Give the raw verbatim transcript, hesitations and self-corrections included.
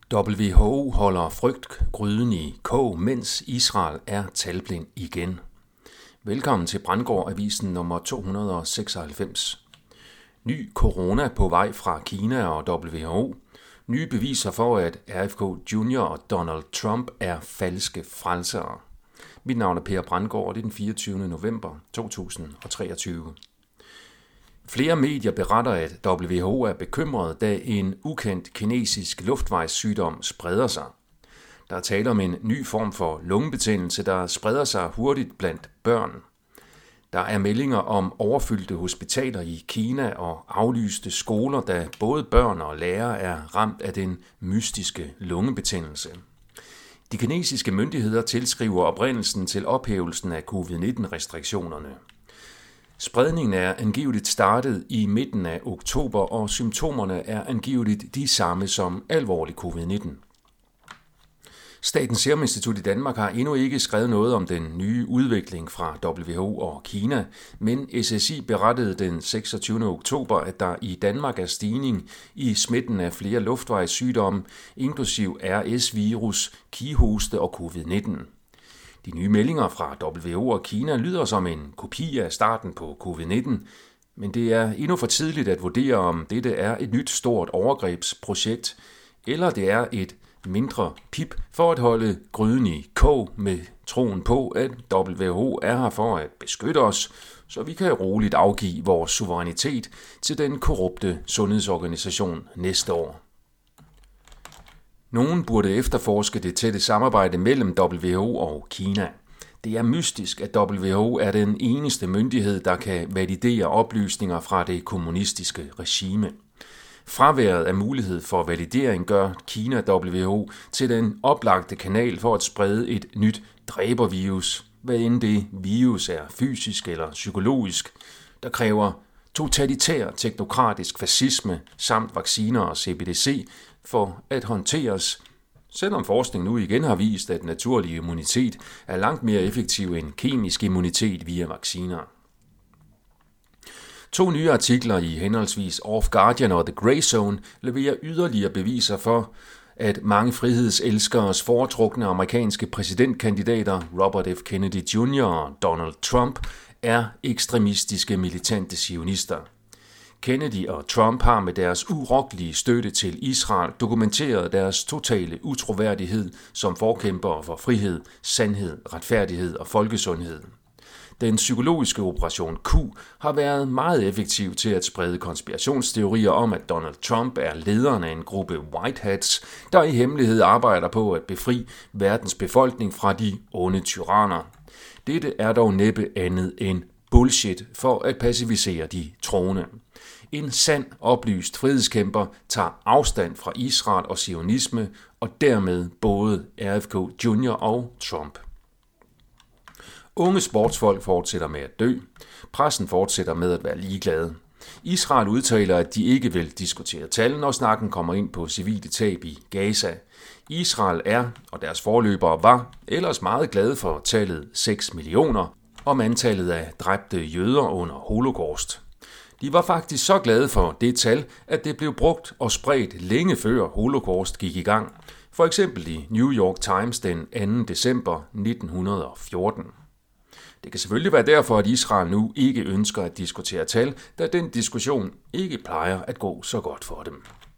W H O holder frygtgryden i kog, mens Israel er talblind igen. Velkommen til Brandgård-avisen nummer to hundrede og seksoghalvfems. Ny corona på vej fra Kina og W H O. Nye beviser for, at R F K Junior og Donald Trump er falske frelsere. Mit navn er Per Brandgård, og det er den fireogtyvende november to tusind og treogtyve. Flere medier beretter, at W H O er bekymret, da en ukendt kinesisk luftvejssygdom spreder sig. Der er tale om en ny form for lungebetændelse, der spreder sig hurtigt blandt børn. Der er meldinger om overfyldte hospitaler i Kina og aflyste skoler, da både børn og lærere er ramt af den mystiske lungebetændelse. De kinesiske myndigheder tilskriver oprindelsen til ophævelsen af covid nitten-restriktionerne. Spredningen er angiveligt startet i midten af oktober, og symptomerne er angiveligt de samme som alvorlig covid nitten. Statens Serum Institut i Danmark har endnu ikke skrevet noget om den nye udvikling fra W H O og Kina, men S S I berettede den seksogtyvende oktober, at der i Danmark er stigning i smitten af flere luftvejssygdomme, inklusiv R S-virus, kihoste og covid nitten. De nye meldinger fra W H O og Kina lyder som en kopi af starten på covid nitten, men det er endnu for tidligt at vurdere, om dette er et nyt stort overgrebsprojekt, eller det er et mindre pip for at holde gryden i kog med troen på, at W H O er her for at beskytte os, så vi kan roligt afgive vores suverænitet til den korrupte sundhedsorganisation næste år. Nogen burde efterforske det tætte samarbejde mellem W H O og Kina. Det er mystisk, at W H O er den eneste myndighed, der kan validere oplysninger fra det kommunistiske regime. Fraværet af mulighed for validering gør Kina W H O til den oplagte kanal for at sprede et nyt dræbervirus, hvad end det virus er fysisk eller psykologisk, der kræver totalitær teknokratisk fascisme samt vacciner og C B D C for at håndteres, selvom forskning nu igen har vist, at naturlig immunitet er langt mere effektiv end kemisk immunitet via vacciner. To nye artikler i henholdsvis Off Guardian og The Grey Zone leverer yderligere beviser for, at mange frihedselskers foretrukne amerikanske præsidentkandidater Robert F. Kennedy Junior og Donald Trump er ekstremistiske militante zionister. Kennedy og Trump har med deres urokkelige støtte til Israel dokumenteret deres totale utroværdighed som forkæmpere for frihed, sandhed, retfærdighed og folkesundhed. Den psykologiske operation Q har været meget effektiv til at sprede konspirationsteorier om, at Donald Trump er lederen af en gruppe white hats, der i hemmelighed arbejder på at befri verdens befolkning fra de onde tyranner. Dette er dog næppe andet end bullshit for at pacificere de troende. En sand, oplyst frihedskæmper tager afstand fra Israel og zionisme, og dermed både R F K Junior og Trump. Unge sportsfolk fortsætter med at dø. Pressen fortsætter med at være ligeglade. Israel udtaler, at de ikke vil diskutere tal, når snakken kommer ind på civile tab i Gaza. Israel er, og deres forløbere var, ellers meget glade for tallet seks millioner, om antallet af dræbte jøder under holocaust. De var faktisk så glade for det tal, at det blev brugt og spredt længe før holocaust gik i gang. For eksempel i New York Times den anden december nitten fjorten. Det kan selvfølgelig være derfor, at Israel nu ikke ønsker at diskutere tal, da den diskussion ikke plejer at gå så godt for dem.